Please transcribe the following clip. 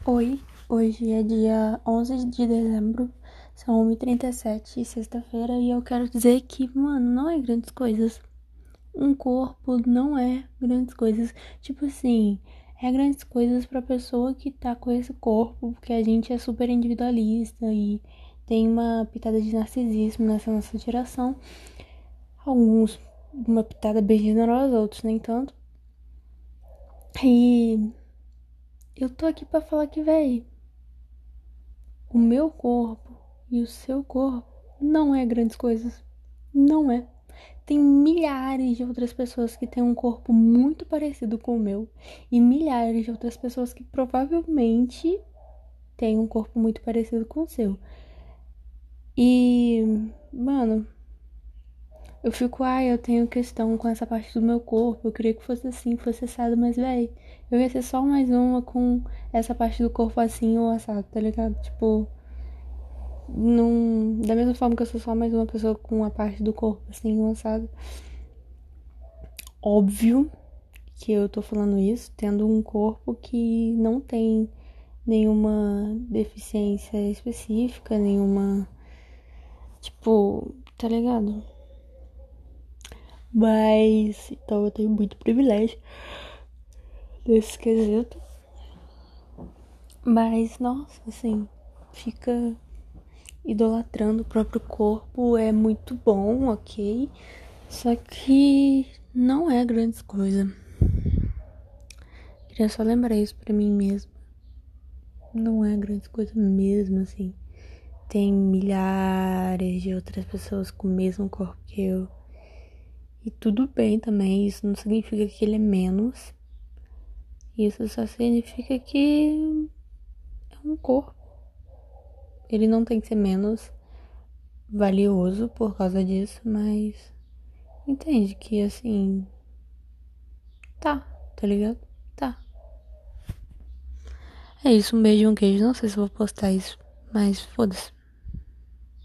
Oi, hoje é dia 11 de dezembro, são 1h37, sexta-feira, e eu quero dizer que, mano, não é grandes coisas. Um corpo não é grandes coisas. Tipo assim, é grandes coisas pra pessoa que tá com esse corpo, porque a gente é super individualista e tem uma pitada de narcisismo nessa nossa geração. Alguns, uma pitada bem generosa, outros nem tanto. E eu tô aqui pra falar que, véi, o meu corpo e o seu corpo não é grandes coisas. Não é. Tem milhares de outras pessoas que têm um corpo muito parecido com o meu. E milhares de outras pessoas que provavelmente têm um corpo muito parecido com o seu. E, mano, eu fico, eu tenho questão com essa parte do meu corpo. Eu queria que fosse assim, fosse assado, mas, véi, eu ia ser só mais uma com essa parte do corpo assim ou assado, tá ligado? Tipo, não, da mesma forma que eu sou só mais uma pessoa com a parte do corpo assim lançada. Óbvio que eu tô falando isso tendo um corpo que não tem nenhuma deficiência específica, nenhuma. Tipo, tá ligado? Mas. Então eu tenho muito privilégio nesse quesito. Mas, nossa, assim, fica idolatrando o próprio corpo é muito bom, ok? Só que não é grandes coisa. Queria só lembrar isso pra mim mesmo. Não é grande coisa mesmo, assim. Tem milhares de outras pessoas com o mesmo corpo que eu. E tudo bem também, isso não significa que ele é menos. Isso só significa que é um corpo. Ele não tem que ser menos valioso por causa disso, mas entende que assim, tá ligado? Tá. É isso, um beijo e um queijo. Não sei se eu vou postar isso, mas foda-se.